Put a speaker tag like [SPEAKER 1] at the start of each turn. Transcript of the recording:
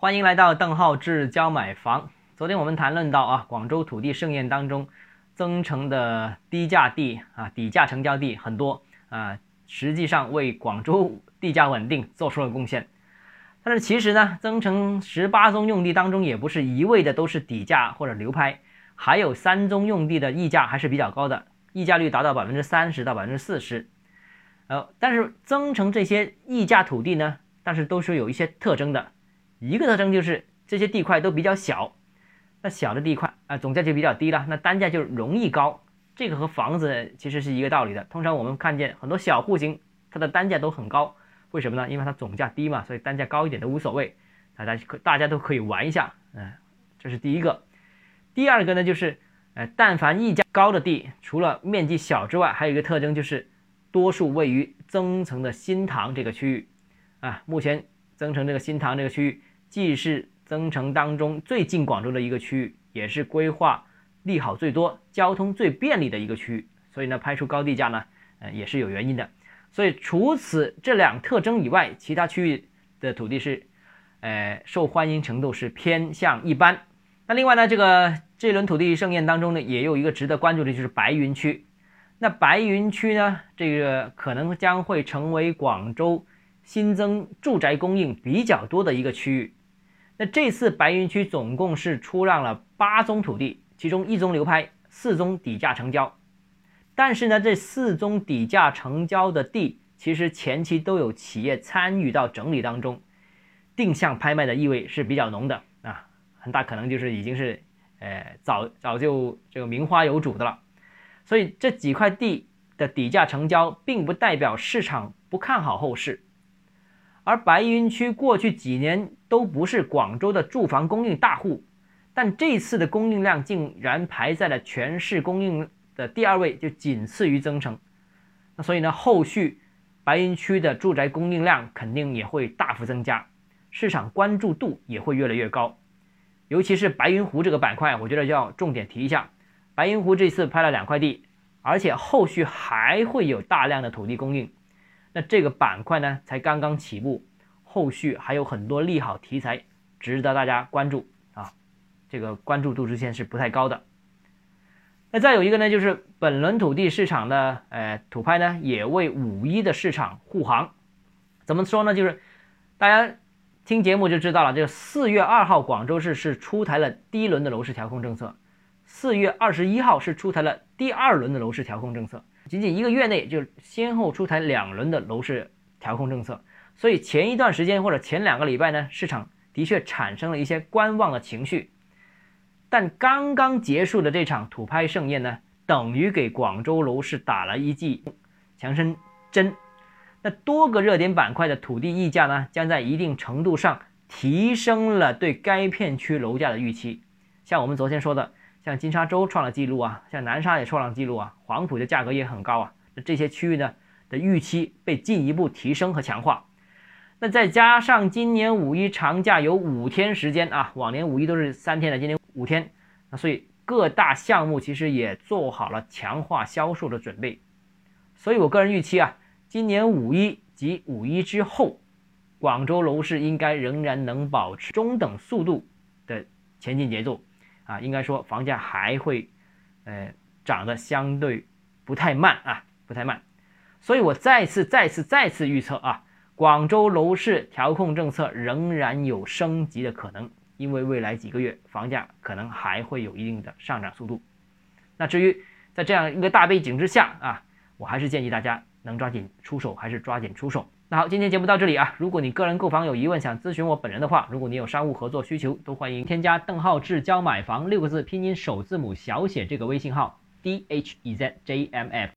[SPEAKER 1] 欢迎来到邓浩志教买房。昨天我们谈论到广州土地盛宴当中增城的低价地底价成交地很多实际上为广州地价稳定做出了贡献。但是其实呢，增城18宗用地当中也不是一味的都是底价或者流拍，还有3宗用地的溢价还是比较高的，溢价率达到 30% 到 40%。但是增城这些溢价土地呢，但是都是有一些特征的。一个特征就是这些地块都比较小，那小的地块总价就比较低了，那单价就容易高。这个和房子其实是一个道理的。通常我们看见很多小户型，它的单价都很高，为什么呢？因为它总价低嘛，所以单价高一点都无所谓，大家都可以玩一下。这是第一个。第二个呢，就是但凡溢价高的地，除了面积小之外，还有一个特征就是多数位于增城的新塘这个区域目前增城这个新塘这个区域既是增城当中最近广州的一个区域，也是规划利好最多、交通最便利的一个区域，所以呢拍出高地价呢也是有原因的。所以除此这两特征以外，其他区域的土地是受欢迎程度是偏向一般。那另外呢，这轮土地盛宴当中呢，也有一个值得关注的，就是白云区。那白云区呢，这个可能将会成为广州新增住宅供应比较多的一个区域。那这次白云区总共是出让了8宗土地，其中1宗流拍，4宗底价成交。但是呢，这4宗底价成交的地，其实前期都有企业参与到整理当中，定向拍卖的意味是比较浓的很大可能就是已经是早就这个名花有主的了。所以这几块地的底价成交并不代表市场不看好后市。而白云区过去几年都不是广州的住房供应大户，但这次的供应量竟然排在了全市供应的第2位，就仅次于增城。那所以呢，后续白云区的住宅供应量肯定也会大幅增加，市场关注度也会越来越高。尤其是白云湖这个板块，我觉得要重点提一下。白云湖这次拍了2块地，而且后续还会有大量的土地供应。那这个板块呢才刚刚起步，后续还有很多利好题材值得大家关注这个关注度之前是不太高的。那再有一个呢，就是本轮土地市场的土拍呢，也为5·1的市场护航。怎么说呢？就是大家听节目就知道了，这个4月2号广州市是出台了第1轮的楼市调控政策，4月21号是出台了第2轮的楼市调控政策，仅仅1个月内就先后出台2轮的楼市调控政策。所以前一段时间或者前2个礼拜呢，市场的确产生了一些观望的情绪。但刚刚结束的这场土拍盛宴呢，等于给广州楼市打了一剂强身针。那多个热点板块的土地溢价呢，将在一定程度上提升了对该片区楼价的预期。像我们昨天说的，像金沙洲创了记录像南沙也创了记录黄埔的价格也很高那这些区域呢的预期被进一步提升和强化。那再加上今年5·1长假有5天时间往年5·1都是3天的，今年5天，那所以各大项目其实也做好了强化销售的准备。所以我个人预期今年5·1及5·1之后，广州楼市应该仍然能保持中等速度的前进节奏应该说房价还会涨得相对不太慢不太慢。所以我再次预测广州楼市调控政策仍然有升级的可能，因为未来几个月房价可能还会有一定的上涨速度。那至于在这样一个大背景之下我还是建议大家能抓紧出手还是抓紧出手。那好，今天节目到这里如果你个人购房有疑问想咨询我本人的话，如果你有商务合作需求，都欢迎添加邓浩志教买房6个字拼音首字母小写这个微信号 DHEZJMF。